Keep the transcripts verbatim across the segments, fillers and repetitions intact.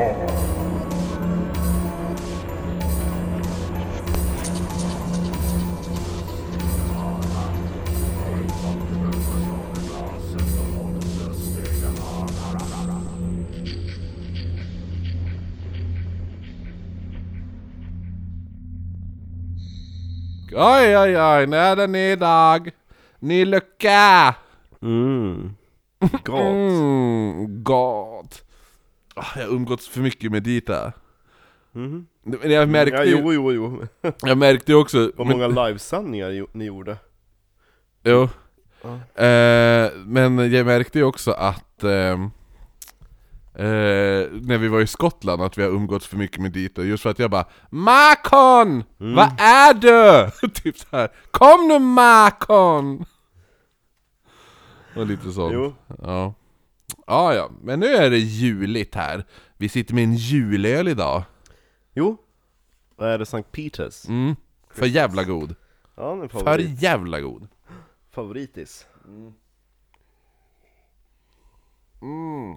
Oj, oj, oj, nu är det ny dag. Ny lucka. Mm. Gott. Mm, gott. Ah, jag har umgåtts för mycket med Dita. Mm. Men jag märkte Ja, ju, jo, jo, jo. jag märkte ju också... Vad många livesändningar jo- ni gjorde. Jo. Ja. Eh, men jag märkte ju också att... Eh, Eh, när vi var i Skottland att vi har umgåtts för mycket med Dita. Just för att jag bara Makon! Mm. Vad är du? Typ så här. Kom nu Makon! Och lite sånt. Jo. Ja. Ah, ja, men nu är det juligt här. Vi sitter med en julöl idag. Jo. Vad är det, Sankt Peters? Mm. För jävla god. Ja, en För favorit. jävla god. Favoritis. Mm. Mm.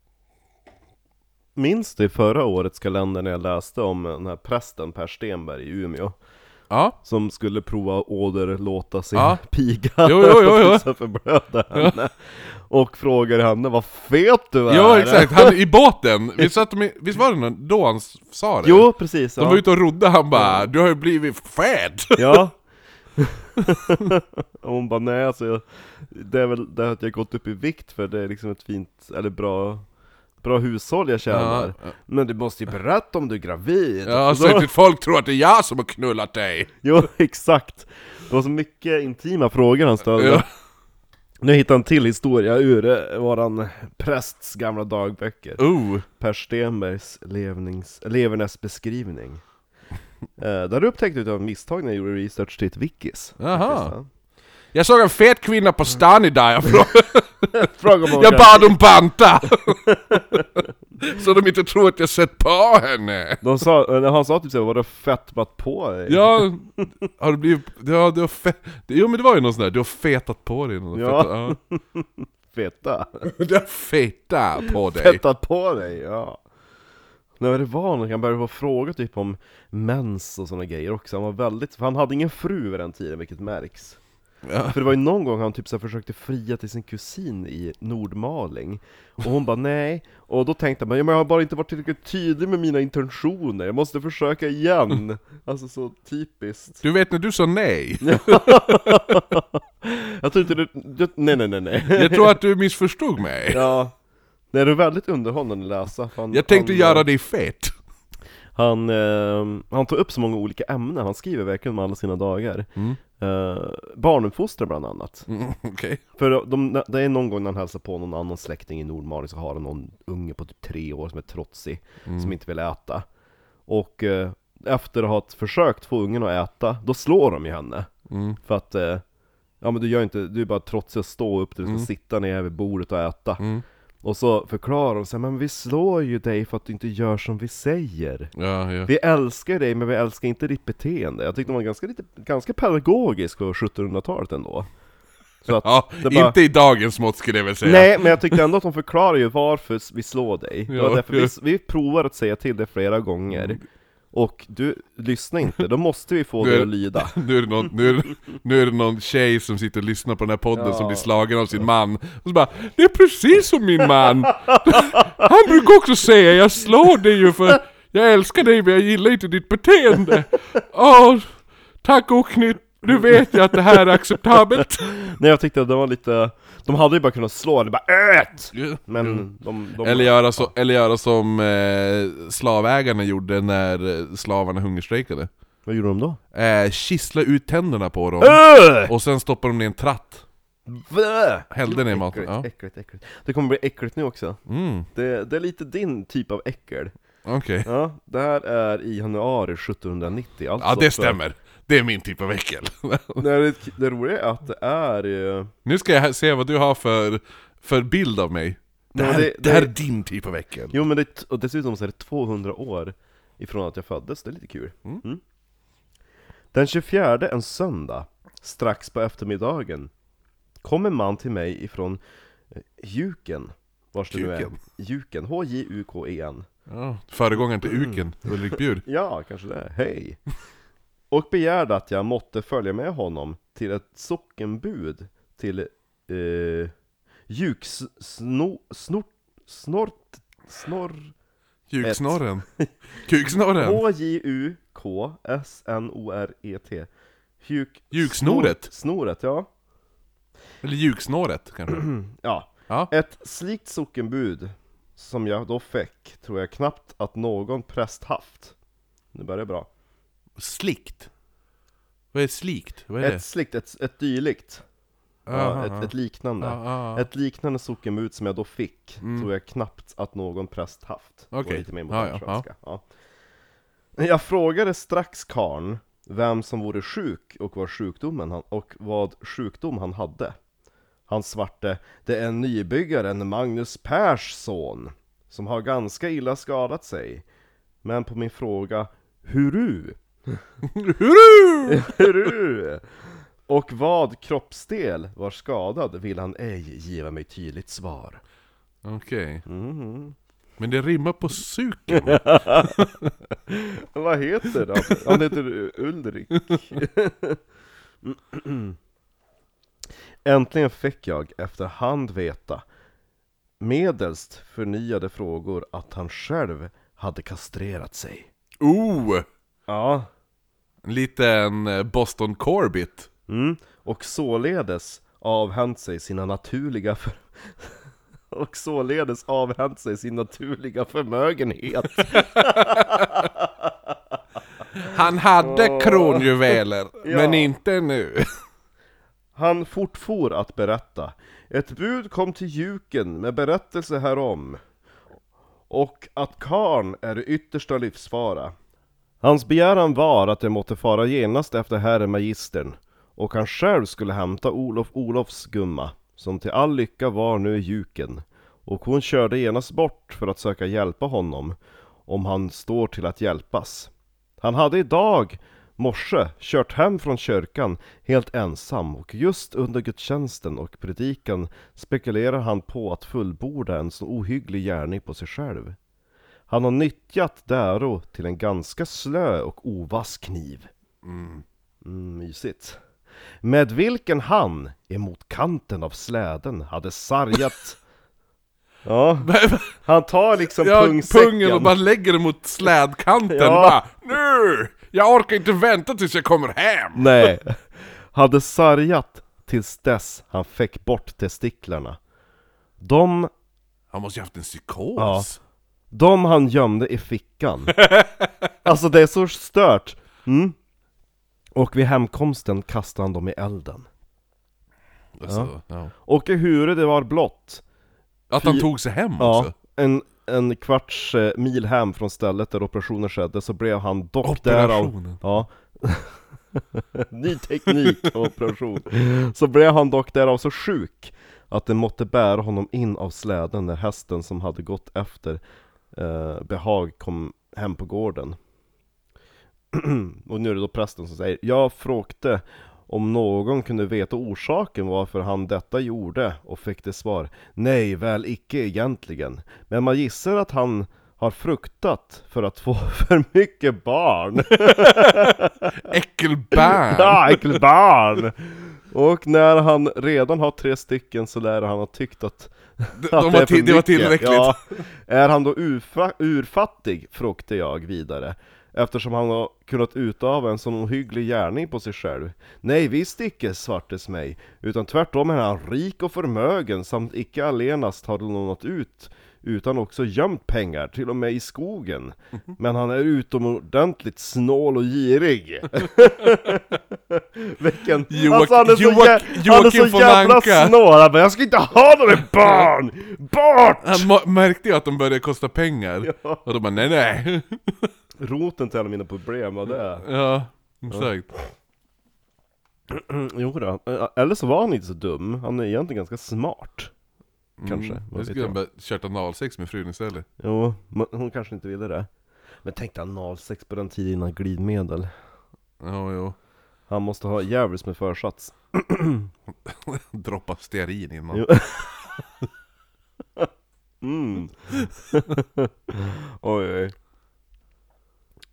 Minns du förra årets kalender när jag läste om den här prästen Per Stenberg i Umeå? Ja. Som skulle prova att åderlåta sin Ja. piga. Jo, jo, jo, jo. Så förblöda henne. Ja. Och frågade henne, vad fet du är. Ja, exakt. Han i båten. Vi satt med, visst var det någon, då han sa det? Jo, precis. De ja. var ute och rodde, han bara, ja. Du har ju blivit fett. Ja. Och hon bara, nej alltså, det är väl det att jag gått upp i vikt för det är liksom ett fint, eller bra... Bra hushåll jag tjänar. Ja. Men du måste ju berätta om du är gravid. Ja, så att folk tror att det är jag som har knullat dig. Jo, exakt. Det var så mycket intima frågor han ställde. Ja. Nu hittar han till historia ur våran prästs gamla dagböcker. Oh. Per Stenbergs levnings, levernäs beskrivning. eh, där upptäckte jag av misstag när jag gjorde research till ett wikis. Jaha. Ja. Jag såg en fet kvinna på stan idag. Jag, Fråga jag bad dem banta. Så de inte tror att jag sett på henne. De sa, han sa typ så, var det fettmat på dig? Ja, har det blivit... Ja, du har fe, jo, men det var ju någon sån där. Du har fetat på dig. Ja. Feta, ja. Feta. Du har feta på dig. Fetat på dig, ja. När det var när han började fråga typ om mens och såna grejer också. Han var väldigt... För han hade ingen fru vid den tiden, vilket märks. Ja. För det var ju någon gång han typ så försökte fria till sin kusin i Nordmaling. Och hon bara nej. Och då tänkte man, ja, men jag har bara inte varit tillräckligt tydlig med mina intentioner. Jag måste försöka igen. Alltså så typiskt. Du vet när du sa nej. Jag tror inte du... Nej, nej, nej, nej. Jag tror att du missförstod mig. Ja. Det är väldigt underhållande att läsa. Han, jag tänkte han, göra dig fet. Han, eh, han tar upp så många olika ämnen. Han skriver verkligen med alla sina dagar. Mm. eh, Barnuppfostran bland annat. Mm, okay. För de, det är någon gång när han hälsar på någon annan släkting i Nordmaling, så har han någon unge på typ tre år som är trotsig, mm. som inte vill äta. Och eh, efter att ha försökt få ungen att äta, då slår de ju henne. Mm. För att eh, ja, men du gör inte, du är bara trotsig att stå upp, du ska mm. sitta ner vid bordet och äta. Mm. Och så förklarar de sig, men vi slår ju dig för att du inte gör som vi säger. Ja, ja. Vi älskar dig, men vi älskar inte ditt beteende. Jag tyckte de var ganska, lite, ganska pedagogisk på sjuttonhundratalet ändå. Så att ja, bara... inte i dagens mått skulle jag väl säga. Nej, men jag tyckte ändå att de förklarar ju varför vi slår dig. Ja, det var därför ja. vi, vi provar att säga till det flera gånger. Mm. Och du lyssnar inte, då måste vi få det att lyda. Nu är det, någon, nu, är det, nu är det någon tjej som sitter och lyssnar på den här podden, ja. som blir slagen av sin man. Och så bara, det är precis som min man. Han brukar också säga, jag slår dig ju för jag älskar dig, men jag gillar inte ditt beteende. Åh, tack och nytt. Nu vet jag att det här är acceptabelt. Nej, jag tyckte att det var lite... De hade ju bara kunnat slå det, bara ät! Men mm. de, de... Eller, göra så, eller göra som eh, slavägarna gjorde när slavarna hungerstrejkade. Vad gjorde de då? Eh, kissla ut tänderna på dem. Öh! Och sen stoppade de ner en tratt. Vö! Hällde ner maten. Äckligt, ja. äckligt, äckligt. Det kommer bli äckligt nu också. Mm. Det, det är lite din typ av äckel. Okej. Okay. Ja, det här är i januari sjuttonhundranittio. Alltså ja, det stämmer. För... Det är min typ av äckel. det, det roliga är att det är... Uh... Nu ska jag se vad du har för, för bild av mig. Det här, det, det här är din typ av äckel. Jo, men det, och dessutom så är det tvåhundra år ifrån att jag föddes. Det är lite kul. Mm. Mm. Den tjugofjärde, en söndag, strax på eftermiddagen, kom en man till mig ifrån uh, Juken. Vars det nu är. Juken. H J U K E N. Ja, föregångaren till Uken, Ulrik Bjur. Ja, kanske det. Hej! Och begärde att jag måtte följa med honom till ett sockenbud till eh, Juks sno, snort, snort, snorr... Juksnorren. Kuksnorren. H J U K S N O R E T. Juk... Juksnoret. Snor, snoret, ja. Eller juksnåret kanske. Ja. Ja. Ett slikt sockenbud som jag då fick tror jag knappt att någon präst haft. Nu börjar det bra. Slikt. Vad är slikt? Vad är Ett det? slikt, ett, ett dylikt. Aha, Ja, aha. ett, ett liknande. Ja, ja. Ett liknande sockenbud som jag då fick Mm. tror jag knappt att någon präst haft. Det var Okej. lite mer Ja, modern ja, svenska. Ja. Jag frågade strax karln vem som vore sjuk och vad sjukdomen han, och vad sjukdom han hade. Han svarte, det är nybyggaren Magnus Pers son, som har ganska illa skadat sig. Men på min fråga, huru? Hurru! Huru? Och vad kroppsdel var skadad vill han ej giva mig tydligt svar. Okej. Mm. Men det rimmar på suken. Vad heter han? Han heter Ulrik. Äntligen fick jag efter hand veta, medelst förnyade frågor, att han själv hade kastrerat sig. Oh! Ja. En liten eh, Boston Corbett. Mm. Och således avhänt sig sina naturliga för... och således avhänt sig sin naturliga förmögenhet. Han hade Åh. kronjuveler, Ja. men inte nu. Han fortfor att berätta. Ett bud kom till Juken med berättelse härom, och att karn är i yttersta livsfara. Hans begäran var att det måtte fara genast efter herre magistern, och han själv skulle hämta Olof Olofs gumma, som till all lycka var nu i Juken, och hon körde genast bort för att söka hjälpa honom, om han står till att hjälpas. Han hade idag morse kört hem från kyrkan helt ensam, och just under gudstjänsten och predikan spekulerar han på att fullborda en så ohygglig gärning på sig själv. Han har nyttjat däro till en ganska slö och ovass kniv. Mm. Mm, mysigt. Med vilken han emot kanten av släden hade sargat. Ja, han tar liksom Ja, pungsäcken. pungen och bara lägger den mot slädkanten. Ja. Bara, nu! Jag orkar inte vänta tills jag kommer hem. Nej, hade sargat tills dess han fick bort testiklarna. De, Han måste ju haft en psykos. de han gömde i fickan. Alltså det är så stört. Mm. Och vid hemkomsten kastade han dem i elden. Alltså, ja. Och hur det var blott. Att han Fy- tog sig hem Ja, också. en, en kvarts eh, mil hem från stället där operationen skedde, så blev han dock därav. Operationen. Ja. Ny teknik och operation. Så blev han dock därav så sjuk att det måtte bära honom in av släden när hästen som hade gått efter eh, behag kom hem på gården. Och nu är det då prästen som säger, jag frågade om någon kunde veta orsaken varför han detta gjorde, och fick det svar, nej väl icke egentligen, men man gissar att han har fruktat för att få för mycket barn. Äckelbärn. Ja, äckelbarn! Och när han redan har tre stycken så lär han ha tyckt att, De, att de det, är var för till, det var mycket. tillräckligt. Ja. Är han då urfa- urfattig, frågade jag vidare, eftersom han har kunnat utöva en sån ohygglig gärning på sig själv. Nej, visst icke, svartes mig, utan tvärtom är han rik och förmögen, samt icke allenast har lånat ut, utan också gömt pengar, till och med i skogen. Men han är utomordentligt snål och girig. Vilken... Joak- alltså han är så, Joak- jä- han är Joakim så von jävla Anka. snål. Han bara, jag ska inte ha några barn! Bort! Han ma- märkte ju att de började kosta pengar. Ja. Och de bara, nej nej. Roten till alla mina problem var det. Ja, exakt. Jo då. Eller så var han inte så dum. Han är egentligen ganska smart. Kanske. Mm. Vad Jag vet skulle jag. bara kört analsex med frun istället. Jo, men hon kanske inte ville det. Men tänkte analsex på den tiden innan glidmedel. Ja, jo. Han måste ha djävulskt med försats. Droppa stearin innan. Jo. Mm. Oj,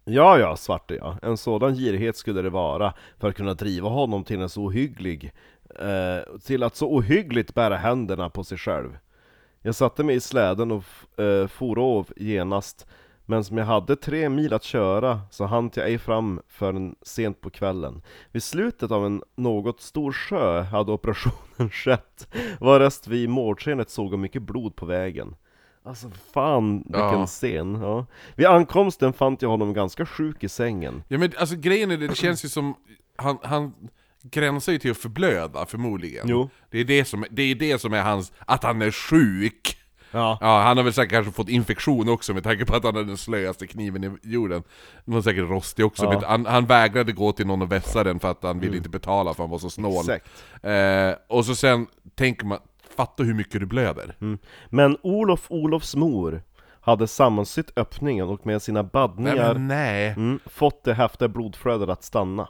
Ja, ja, svarte jag. En sådan girighet skulle det vara för att kunna driva honom till en så ohygglig eh, till att så ohyggligt bära händerna på sig själv. Jag satte mig i släden och eh, for av genast, men som jag hade tre mil att köra så hann jag ej fram förrän sent på kvällen. Vid slutet av en något stor sjö hade operationen skett, varest vi i målskenet såg mycket blod på vägen. Alltså fan, vilken Ja. scen. Ja. Vid ankomsten fann jag honom ganska sjuk i sängen. Ja men alltså grejen är det, det känns ju som han, han gränsar ju till att förblöda förmodligen. Jo. Det är det som, det är det som är hans, att han är sjuk. Ja. Ja, han har väl säkert kanske fått infektion också med tanke på att han hade den slöaste kniven i jorden. Den var säkert rostig också, Ja. men han, han vägrade gå till någon och vässa den för att han ville inte betala för han var så snål. Exakt. Eh, och så sen tänker man, fatta hur mycket du blöder. Mm. Men Olof Olofs mor hade sammansytt öppningen och med sina Nej, baddningar men nej. mm, fått det häftiga blodflödet att stanna.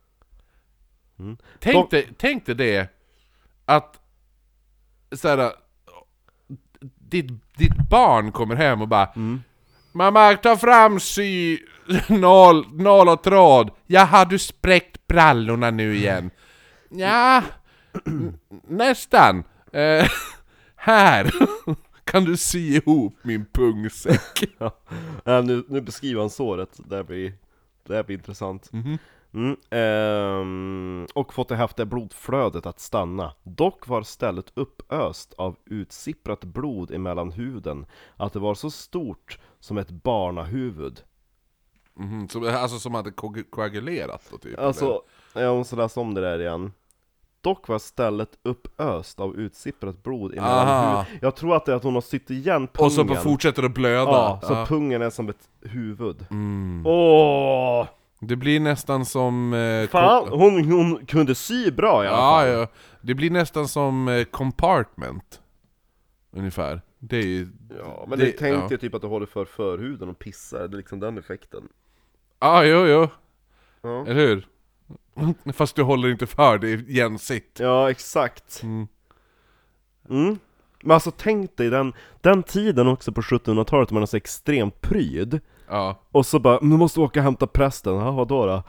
Mm. Tänk, dig, tänk dig det, att såhär, ditt, ditt barn kommer hem och bara Mm. Mamma, ta fram sy nål, nål och tråd. Jaha, du spräckt brallorna nu igen. Ja, n- nästan. Eh, här kan du sy ihop min pungsäck. Ja. Ja, nu, nu beskriver han såret, det här blir, det här blir intressant. Mhm. Mm, ehm, och fått det häftiga blodflödet att stanna. Dock var stället uppöst av utsipprat blod emellan huden, att det var så stort som ett barnahuvud. Mhm, så, alltså som hade ko- koagulerat då, typ. eller? Alltså, jag måste läsa om det där igen. Dock var stället uppöst av utsipprat blod emellan Aha. huden. Jag tror att det är att hon har sytt igen pungen. Och så bara fortsätter att blöda. Ja, så Ja. pungen är som ett huvud. Mm. Åh! Det blir nästan som... Eh, Fan, ko- hon, hon kunde sy bra i alla ja, fall. ja, det blir nästan som eh, compartment. Ungefär. Det är ju... Ja, men Det- det, tänk ja. dig typ att du håller för förhuden och pissar, det är liksom den effekten. Ja, jo, jo. Ja, Eller hur? Fast du håller inte för det igen sitt. ja exakt. Mm. Mm. Men alltså tänk dig den, den tiden också på sjuttonhundratalet, man är så extremt pryd. Ja. Och så bara, nu måste du åka och hämta prästen, ja vadå då?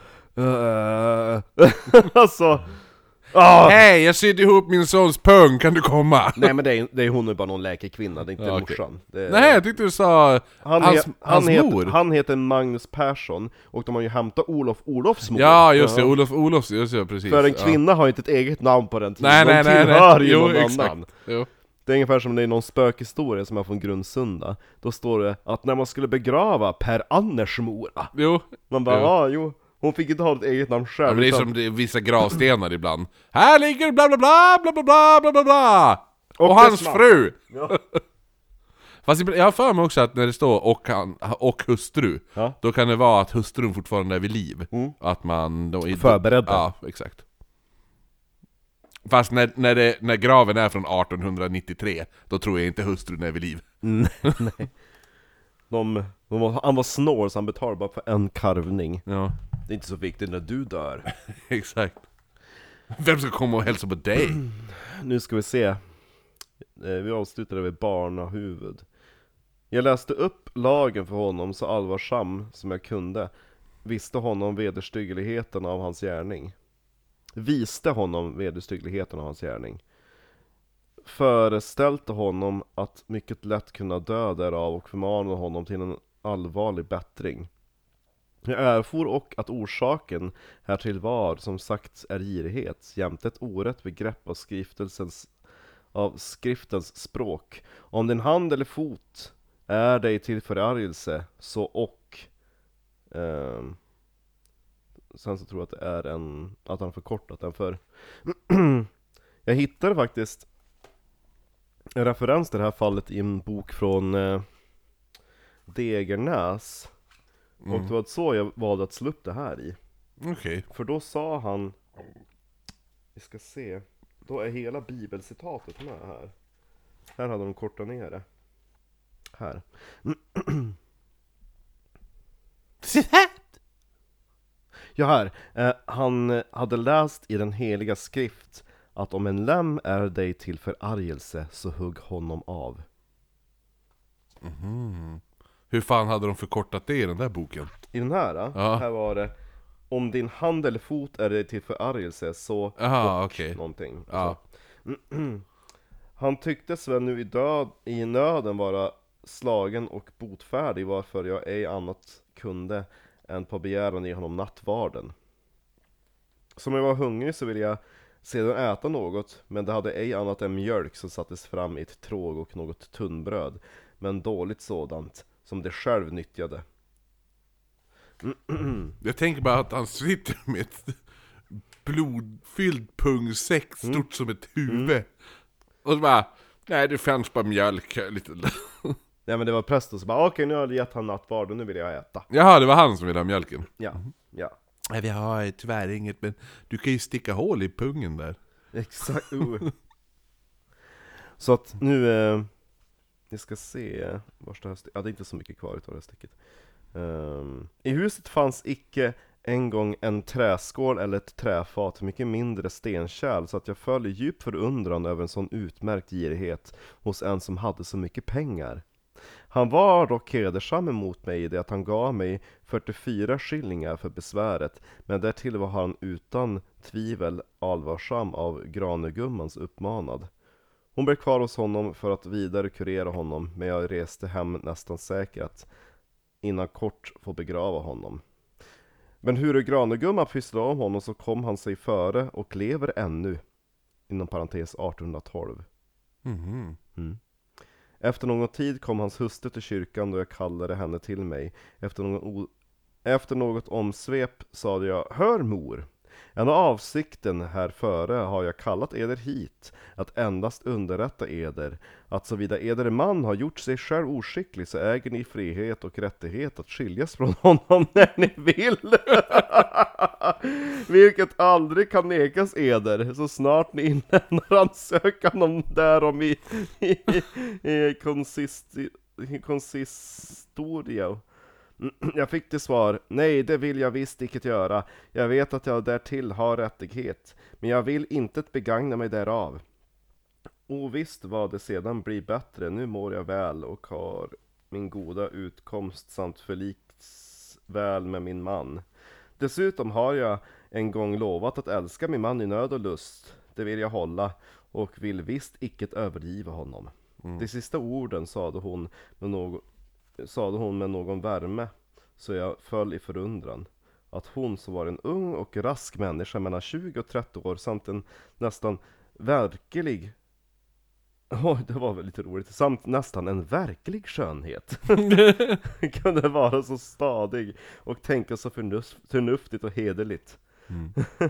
Uh, alltså, ah. Hej, jag sydde ihop min sons pung, kan du komma? Nej men det är, det är hon är bara någon läkarkvinna, det är inte Ja, okej. morsan det är, Nej, jag tyckte du sa han, hans, he, hans han, mor. heter, han heter Magnus Persson, och de har ju hämtat Olof Olofs mor. Ja, just det, Olof Olofs, just det, precis. För en Ja. kvinna har inte ett eget namn på den tiden, Nej, nej, de nej, tillhör nej. ju Jo, någon exakt. annan. Jo. Det är ungefär som det är någon spökhistoria som är från Grundsunda. Då står det att när man skulle begrava Per Anners mor, Jo. man bara, Jo. ja jo, hon fick inte ha ett eget namn själv. Ja, men det är utan- som det är vissa gravstenar ibland. Här ligger bla bla bla bla bla bla bla bla bla. Och, Och hans dess man. fru. Ja. Fast ibland- jag har för mig också att när det står och, han, och hustru, Ja. då kan det vara att hustrun fortfarande är vid liv. Mm. Att man då inte... Förberedda. Ja, exakt. Fast när, när, det, när graven är från arton nittiotre, då tror jag inte hustrun är vid liv. Nej, nej. De, de var, han var snål så han betalade bara för en karvning. Ja, Det är inte så viktigt när du dör. exakt. Vem ska komma och hälsa på dig? Nu ska vi se. Eh, Vi avslutade med barnahuvud. Jag läste upp lagen för honom så allvarsam som jag kunde. Visste honom vederstyggligheten av hans gärning. Viste honom vederstyggligheten av hans gärning. Föreställde honom att mycket lätt kunna dö därav och förmanade honom till en allvarlig bättring. Jag erfor och att orsaken härtill var, som sagt, är girighet, jämte ett orätt begrepp av skriftelsens, av skriftens språk. Om din hand eller fot är dig till förargelse, så och ehm, sen så tror jag att det är en, att han förkortat den för jag hittade faktiskt en referens till det här fallet i en bok från eh, Degernäs. Och det var så jag valde att slå upp det här i. Okej. För då sa han, vi ska se, då är hela bibelcitatet med här. Här hade de kortat ner det. Här. Ja, här. Eh, han hade läst i den heliga skrift att om en lem är dig till förargelse, så hugg honom av. Hur fan hade de förkortat det i den där boken? i den här, Ja. här var det: om din hand eller fot är det till förargelse, så Aha, och okej. någonting. Ja. Han tycktes väl nu i, död, i nöden vara slagen och botfärdig, varför jag ej annat kunde än på begäran ge honom nattvarden. Som jag var hungrig så ville jag sedan äta något, men det hade ej annat än mjölk som sattes fram i ett tråg och något tunnbröd, men dåligt sådant, som det själv nyttjade. Jag tänker bara att han sitter med ett blodfylld pungsäck stort Mm. som ett huvud. Och så bara, nej det fanns bara mjölk här lite. Nej men det var prästen som bara, okej nu har jag gett han nattvard och nu vill jag äta. Jaha, det var han som ville ha mjölken. Ja, ja. Nej, vi har tyvärr inget, men du kan ju sticka hål i pungen där. Exakt. Uh. Så att nu, eh, vi ska se, var det här st- ja det är inte så mycket kvar utav det här stycket. Um, I huset fanns icke en gång en träskål eller ett träfat, mycket mindre stenkärl, så att jag föll i djup förundran över en sån utmärkt girighet hos en som hade så mycket pengar. Han var dock hedersam emot mig i det att han gav mig fyrtiofyra skillingar för besväret, men därtill var han utan tvivel allvarsam av Granegummans uppmanad. Hon blev kvar hos honom för att vidare kurera honom, men jag reste hem nästan säkert innan kort få begrava honom. Men hur Granegumman pysslade om honom så kom han sig före och lever ännu, inom parentes artonhundratolv. Mhm. Mm. Efter någon tid kom hans hustru till kyrkan då jag kallade henne till mig. Efter, någon o- Efter något omsvep sade jag, hör mor, en av avsikten här före har jag kallat eder hit, att endast underrätta eder, att såvida eder man har gjort sig själv oskicklig så äger ni frihet och rättighet att skiljas från honom när ni vill. Vilket aldrig kan nekas eder, så snart ni inlämnar ansökan om därom i, i, i konsisti, konsistorio. Jag fick till svar, nej det vill jag visst icke göra, jag vet att jag därtill har rättighet, men jag vill inte begagna mig därav. Ovisst vad det sedan blir bättre, nu mår jag väl och har min goda utkomst samt förlikts väl med min man. Dessutom har jag en gång lovat att älska min man i nöd och lust, det vill jag hålla, och vill visst icke övergiva honom. Mm. De sista orden sade hon med någon sade hon med någon värme, så jag föll i förundran. Att hon som var en ung och rask människa mellan tjugo och trettio år samt en nästan verklig Oj, det var väl lite roligt. Samt nästan en verklig skönhet kunde vara så stadig och tänka så förnuft, förnuftigt och hederligt. Mm.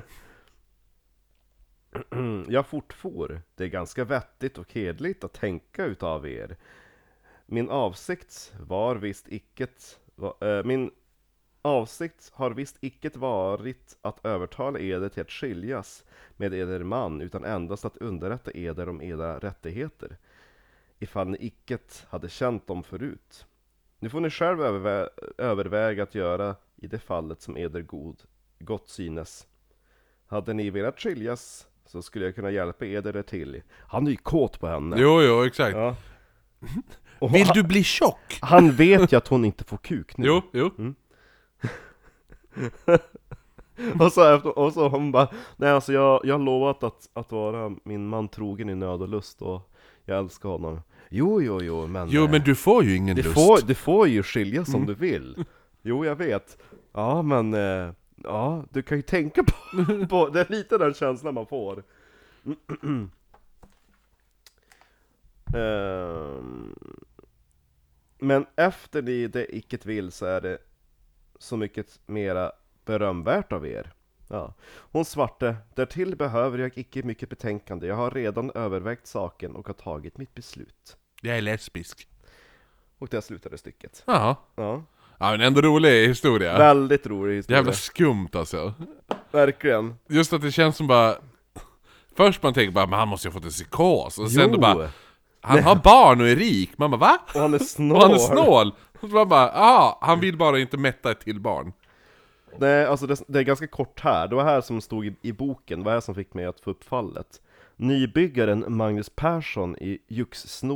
Jag fortfor. Det är ganska vettigt och hederligt att tänka utav er. Min avsikt var visst icket äh, Min avsikt har visst icket varit att övertala eder till att skiljas med eder man, utan endast att underrätta eder om edra rättigheter, ifall ni icket hade känt dem förut. Nu får ni själv övervä- överväga att göra i det fallet som eder god, gott synes. Hade ni velat skiljas så skulle jag kunna hjälpa eder till. Han är ju kåt på henne. Jo, jo, exakt. Ja. Vill du bli tjock? Han vet ju att hon inte får kuk nu. Jo, jo. Mm. och, så efter, och så hon bara, nej alltså jag, jag har lovat att, att vara min man trogen i nöd och lust, och jag älskar honom. Jo, jo, jo, men... Jo, men du får ju ingen du lust. Får, du får ju skilja som Mm. du vill. Jo, jag vet. Ja, men... Eh, ja, du kan ju tänka på, på... Det är lite den känslan man får. um, men efter ni det icke vill så är det så mycket mera berömvärt av er. Ja. Hon svarte, därtill behöver jag icke mycket betänkande. Jag har redan övervägt saken och har tagit mitt beslut. Jag är lesbisk. Och där slutade stycket. Jaha. Ja. Ja, men ändå rolig historia. Väldigt rolig historia. Jävla skumt alltså. Verkligen. Just att det känns som bara... Först man tänker bara, men han måste ju ha fått en psykos. Och sen då bara, han har barn och är rik. Man bara, va? Och han är snål. Och han är snål. Och så man bara, ja, han vill bara inte mätta ett till barn. Nej, alltså det, det är ganska kort här. Det var här som stod i, i boken. Det var här som fick mig att få upp fallet. Nybyggaren Magnus Persson i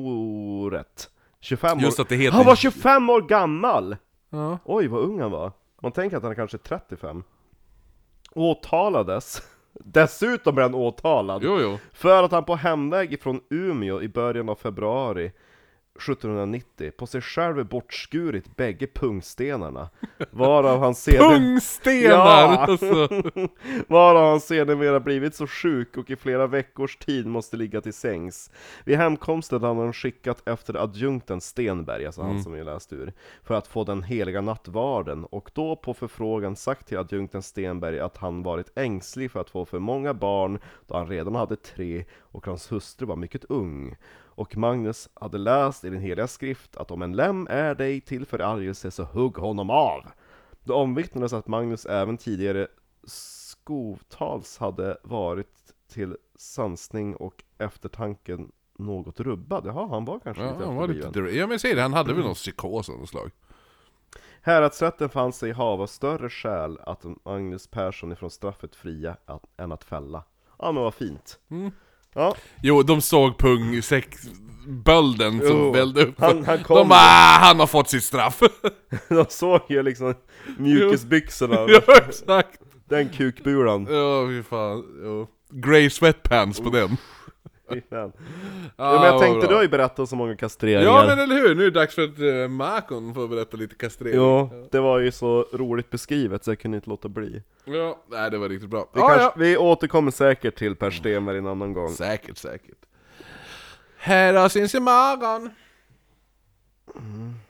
Juxsnoret. tjugofem Just år. att det heter... Han var tjugofem år gammal! Ja. Oj, vad ung han var. Man tänker att han är kanske trettiofem. Åtalades. Dessutom blev han åtalad. Jo, jo. För att han på hemväg ifrån Umeå i början av februari sjuttonhundranittio på sig själv bortskurit bägge pungstenarna. Varav han sedan... Pungstenar! Ja! Alltså. Varav han sedermera blivit så sjuk och i flera veckors tid måste ligga till sängs. Vid hemkomsten hade han skickat efter adjunkten Stenberg, alltså han Mm. som vi läst ur, för att få den heliga nattvarden, och då på förfrågan sagt till adjunkten Stenberg att han varit ängslig för att få för många barn, då han redan hade tre och hans hustru var mycket ung. Och Magnus hade läst i den heliga skrift att om en lem är dig till förargelse så hugg honom av. Det omvittnades att Magnus även tidigare skovtals hade varit till sansning och eftertanken något rubbad. Jaha, han var kanske Ja, lite han var efterbliven. lite... Ja, men jag säger det, han hade väl någon psykos av något slag. Häradsrätten fann sig hava större skäl att Magnus Persson ifrån straffet fria att, än att fälla. Ja, men vad fint. Mm. Ja. Jo, de såg pung-bölden som Jo, vällde upp. han- han kom. De bara, han har fått sitt straff. De såg ju liksom mjukisbyxorna. Ja, exakt. Den kukbulan. Ja, fy fan. Jo. Grey sweatpants på den. Fy fan. Ja, Ja, men jag vad tänkte bra. du har ju berättat så många kastreringar. Ja, men eller hur? Nu är det dags för att uh, Makon får berätta lite kastrering. Jo, det var ju så roligt beskrivet så jag kunde inte låta bli. Ja, nej, det var riktigt bra. Vi, Ja, kanske, ja. vi återkommer säkert till Per Stenberg en annan gång. Säkert, säkert. Här har sin imorgon. Mm.